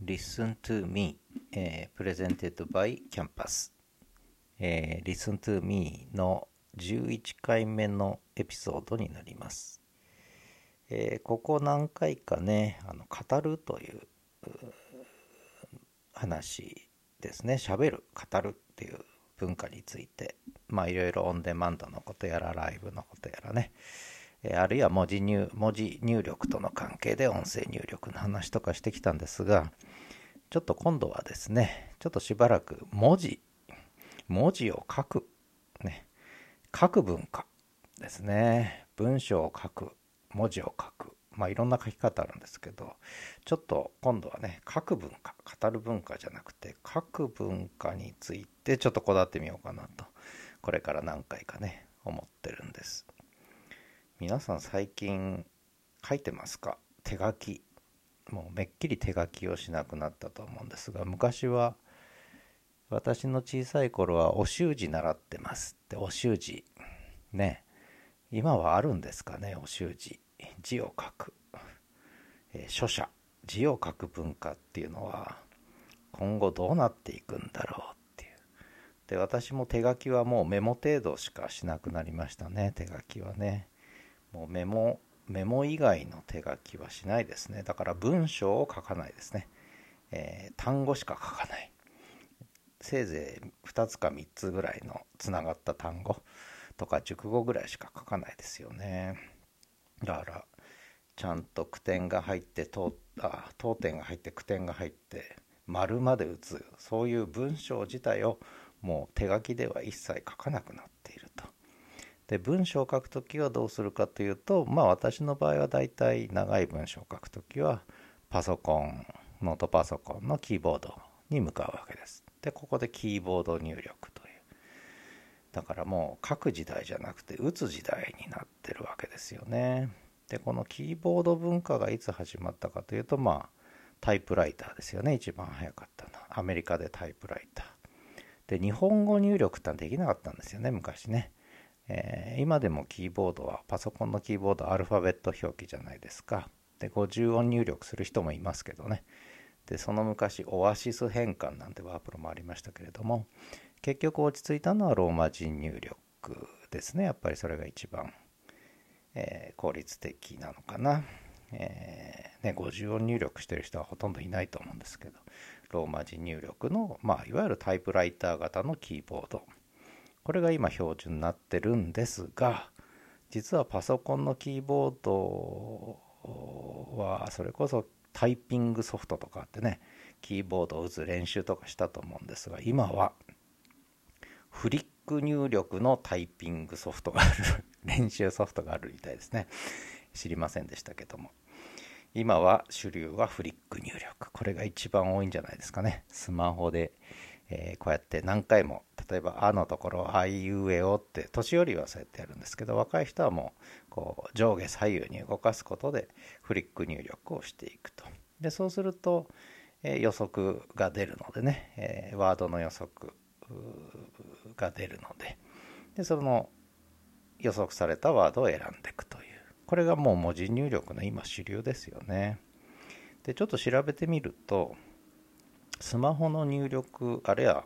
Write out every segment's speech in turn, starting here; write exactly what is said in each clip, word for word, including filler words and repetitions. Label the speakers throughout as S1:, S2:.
S1: Listen to Me、えー、Presented by Campus、えー、Listen to Me のじゅういっかいめのエピソードになります。えー、ここ何回かね、あの語るという話ですね。喋る、語るっていう文化について、まあいろいろオンデマンドのことやらライブのことやらね、えーあるいは文字入、文字入力との関係で音声入力の話とかしてきたんですが、ちょっと今度はですね、ちょっとしばらく文字、文字を書く、ね、書く文化ですね。文章を書く、文字を書く、まあいろんな書き方あるんですけど、ちょっと今度はね、書く文化、語る文化じゃなくて、書く文化についてちょっとこだわってみようかなと、これから何回かね、思ってるんです。皆さん最近書いてますか？手書き。もうめっきり手書きをしなくなったと思うんですが、昔は私の小さい頃はお習字習ってますって、お習字ね、今はあるんですかね、お習字。字を書く、えー書写、字を書く文化っていうのは今後どうなっていくんだろうっていう。で、私も手書きはもうメモ程度しかしなくなりましたね。手書きはね、もうメモメモ以外の手書きはしないですね。だから文章を書かないですね。えー単語しか書かない。せいぜいふたつかみっつぐらいのつながった単語とか熟語ぐらいしか書かないですよね。だからちゃんと句点が入って当あ当点が入って句点が入って丸まで打つ、そういう文章自体をもう手書きでは一切書かなくなっていると。で、文章を書くときはどうするかというと、まあ私の場合はだいたい長い文章を書くときはパソコン、ノートパソコンのキーボードに向かうわけです。で、ここでキーボード入力という。だからもう書く時代じゃなくて打つ時代になってるわけですよね。で、このキーボード文化がいつ始まったかというと、まあタイプライターですよね。一番早かったのはアメリカでタイプライターで、日本語入力ってのはできなかったんですよね、昔ね。えー今でもキーボードはパソコンのキーボードはアルファベット表記じゃないですか。で、ごじゅう音入力する人もいますけどね。で、その昔オアシス変換なんてワープロもありましたけれども、結局落ち着いたのはローマ字入力ですね。やっぱりそれが一番、えー効率的なのかな。えーね、ごじゅう音入力してる人はほとんどいないと思うんですけど、ローマ字入力の、まあ、いわゆるタイプライター型のキーボード、これが今標準になってるんですが、実はパソコンのキーボードはそれこそタイピングソフトとかあってね、キーボードを打つ練習とかしたと思うんですが、今はフリック入力のタイピングソフトがある練習ソフトがあるみたいですね。知りませんでしたけども、今は主流はフリック入力、これが一番多いんじゃないですかね。スマホで、えーこうやって何回も、例えば「あ」のところ「あいうえお」って年寄りはそうやってやるんですけど、若い人はもうこう上下左右に動かすことでフリック入力をしていくと。で、そうすると、えー予測が出るのでね、えーワードの予測が出るので、でその予測されたワードを選んでいくという、これがもう文字入力の今主流ですよね。で、ちょっと調べてみると、スマホの入力、あるいは、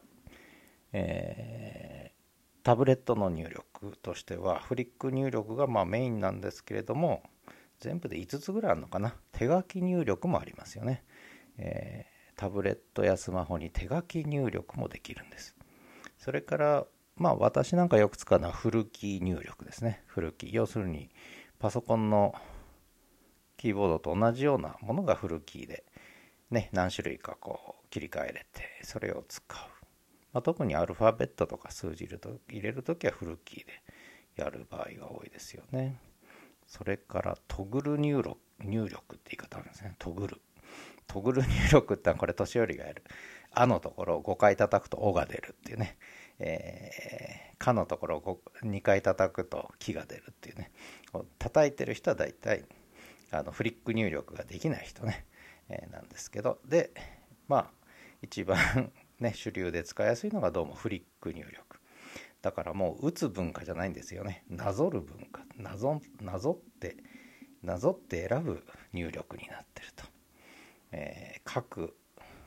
S1: えータブレットの入力としてはフリック入力がまあメインなんですけれども、全部でいつつぐらいあるのかな。手書き入力もありますよね。えータブレットやスマホに手書き入力もできるんです。それからまあ私なんかよく使うのはフルキー入力ですね。フルキー、要するにパソコンのキーボードと同じようなものがフルキーでね、何種類かこう切り替えれて、それを使う。まあ、特にアルファベットとか数字入れるときはフルキーでやる場合が多いですよね。それからトグル入力、入力って言い方あるんですね。トグル。トグル入力ってのはこれ年寄りがやる。あのところをごかい叩くとおが出るっていうね。えー、かのところをにかい叩くときが出るっていうね。叩いてる人はだいたいあのフリック入力ができない人ね、えーなんですけど、で、まあ一番ね主流で使いやすいのがどうもフリック入力。だからもう打つ文化じゃないんですよね。なぞる文化、なぞなぞってなぞって選ぶ入力になってると。えー書く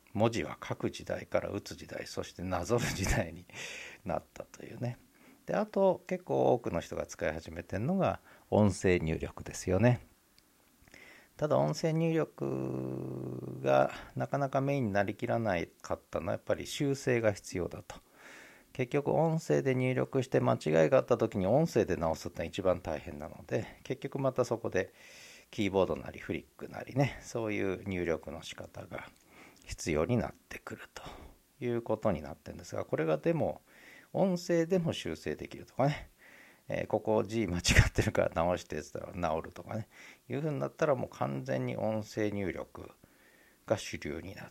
S1: 文字は書く時代から打つ時代、そしてなぞる時代になったというね。であと結構多くの人が使い始めてるのが音声入力ですよね。ただ音声入力がなかなかメインになりきらないかったのはやっぱり修正が必要だと。結局音声で入力して間違いがあった時に音声で直すってのは一番大変なので、結局またそこでキーボードなりフリックなりね、そういう入力の仕方が必要になってくるということになってるんですが、これがでも音声でも修正できるとかね、えー、ここ G 間違ってるから直してって言ったら直るとかね、いう風になったらもう完全に音声入力が主流になって、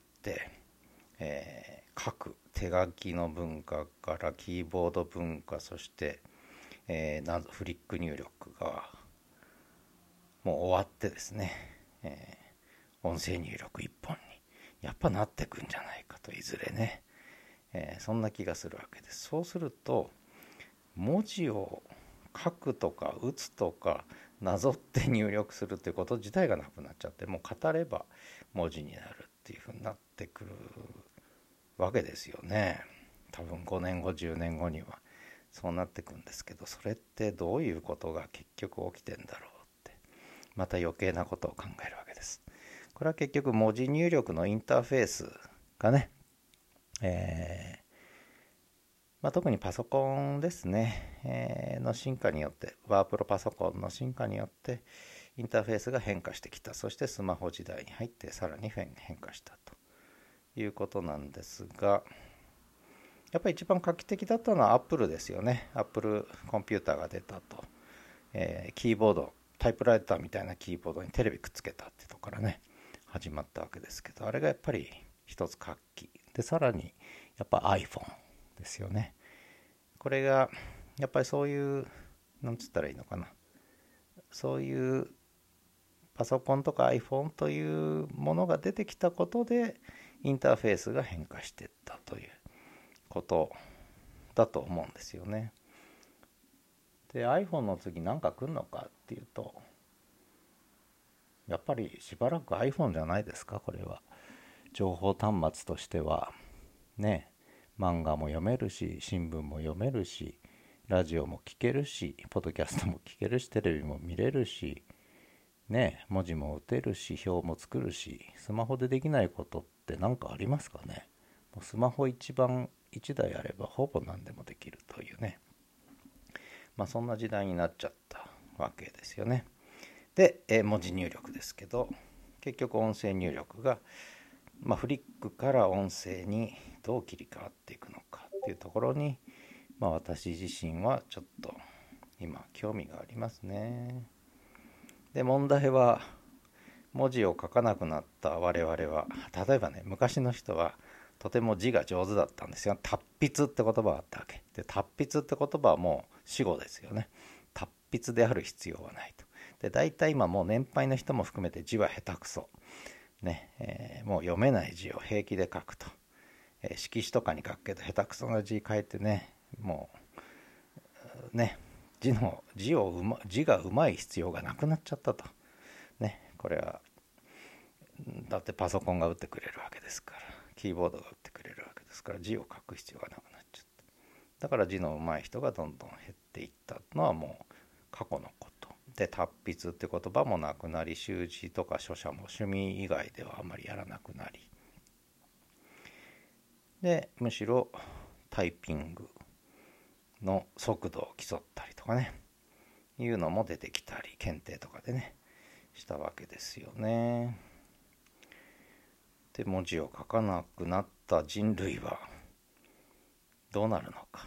S1: えー、各手書きの文化からキーボード文化、そして、えー、フリック入力がもう終わってですね、えー、音声入力一本にやっぱなってくんじゃないかと、いずれね、えー、そんな気がするわけです。そうすると文字を書くとか打つとかなぞって入力するっていうこと自体がなくなっちゃって、もう語れば文字になるっていうふうになってくるわけですよね。多分ごねんごじゅうねんごにはそうなってくんですけど、それってどういうことが結局起きてんだろうってまた余計なことを考えるわけです。これは結局文字入力のインターフェースがね、えーまあ、特にパソコンですね、えー、の進化によって、ワープロパソコンの進化によってインターフェースが変化してきた。そしてスマホ時代に入ってさらに変化したということなんですが、やっぱり一番画期的だったのはアップルですよね。アップルコンピューターが出たと、えー、キーボード、タイプライターみたいなキーボードにテレビくっつけたってとこからね始まったわけですけど、あれがやっぱり一つ画期で、さらにやっぱ iPhone ですよね。これがやっぱりそういう、なんつったらいいのかな、そういうパソコンとか iPhone というものが出てきたことでインターフェースが変化していったということだと思うんですよね。で iPhone の次何か来るのかっていうと、やっぱりしばらく iPhone じゃないですか。これは情報端末としてはね、漫画も読めるし、新聞も読めるし、ラジオも聞けるし、ポッドキャストも聞けるし、テレビも見れるしね、文字も打てるし、表も作るし、スマホでできないことって何かありますかね。もうスマホ一番一台あればほぼ何でもできるというね、まあそんな時代になっちゃったわけですよね。で、えー、文字入力ですけど、結局音声入力が、まあ、フリックから音声にどう切り替わっていくのかっていうところに、まあ、私自身はちょっと今興味がありますね。で問題は、文字を書かなくなった我々は、例えばね、昔の人はとても字が上手だったんですよ。達筆って言葉があったわけで、達筆って言葉はもう死語ですよね。達筆である必要はないと。で大体今もう年配の人も含めて字は下手くそね、えー、もう読めない字を平気で書くと、えー、色紙とかに書くけど下手くそな字書いてね、もうね、字の字をう、ま、字がうまい必要がなくなっちゃったとね。これはだってパソコンが打ってくれるわけですから、キーボードが打ってくれるわけですから、字を書く必要がなくなっちゃった。だから字のうまい人がどんどん減っていったのはもう過去のことで、達筆って言葉もなくなり、習字とか書写も趣味以外ではあまりやらなくなり、でむしろタイピングの速度を競ったりとかね、いうのも出てきたり、検定とかでねしたわけですよね。で文字を書かなくなった人類はどうなるのか。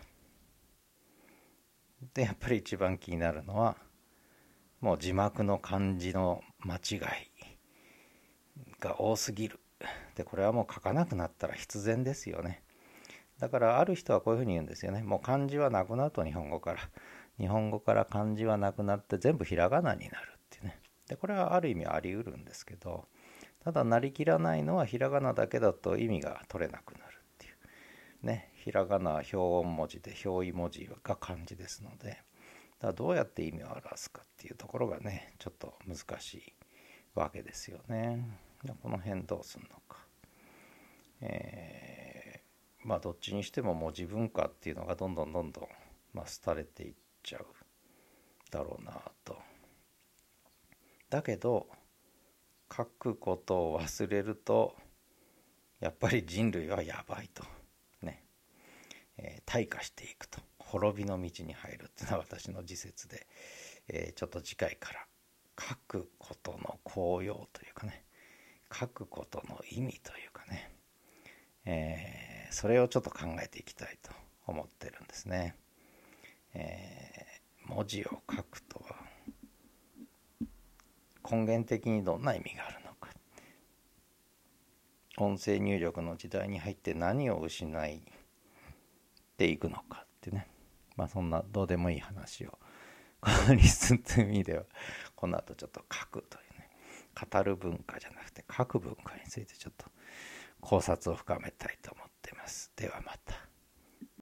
S1: でやっぱり一番気になるのは、もう字幕の漢字の間違いが多すぎる。でこれはもう書かなくなったら必然ですよね。だからある人はこういうふうに言うんですよね。もう漢字はなくなると、日本語から日本語から漢字はなくなって全部ひらがなになるってね。でこれはある意味あり得るんですけど、ただなりきらないのはひらがなだけだと意味が取れなくなるっていうね。ひらがなは表音文字で、表意文字が漢字ですので、だからどうやって意味を表すかっていうところがねちょっと難しいわけですよね。この辺どうすんのか、 えー、まあどっちにしても文字文化っていうのがどんどんどんどん、まあ、廃れていっちゃうだろうなと。だけど書くことを忘れるとやっぱり人類はやばいとね、えー、退化していくと、滅びの道に入るっていうのは私の自説で、えー、ちょっと次回から書くことの効用というかね、書くことの意味というかね、えー、それをちょっと考えていきたいと思ってるんですね。えー、文字を書くとは根源的にどんな意味があるのか、音声入力の時代に入って何を失っていくのかってね、まあそんなどうでもいい話をこのリスンという意味ではこの後ちょっと書くというね、語る文化じゃなくて書く文化についてちょっと考察を深めたいと思っています。ではまた。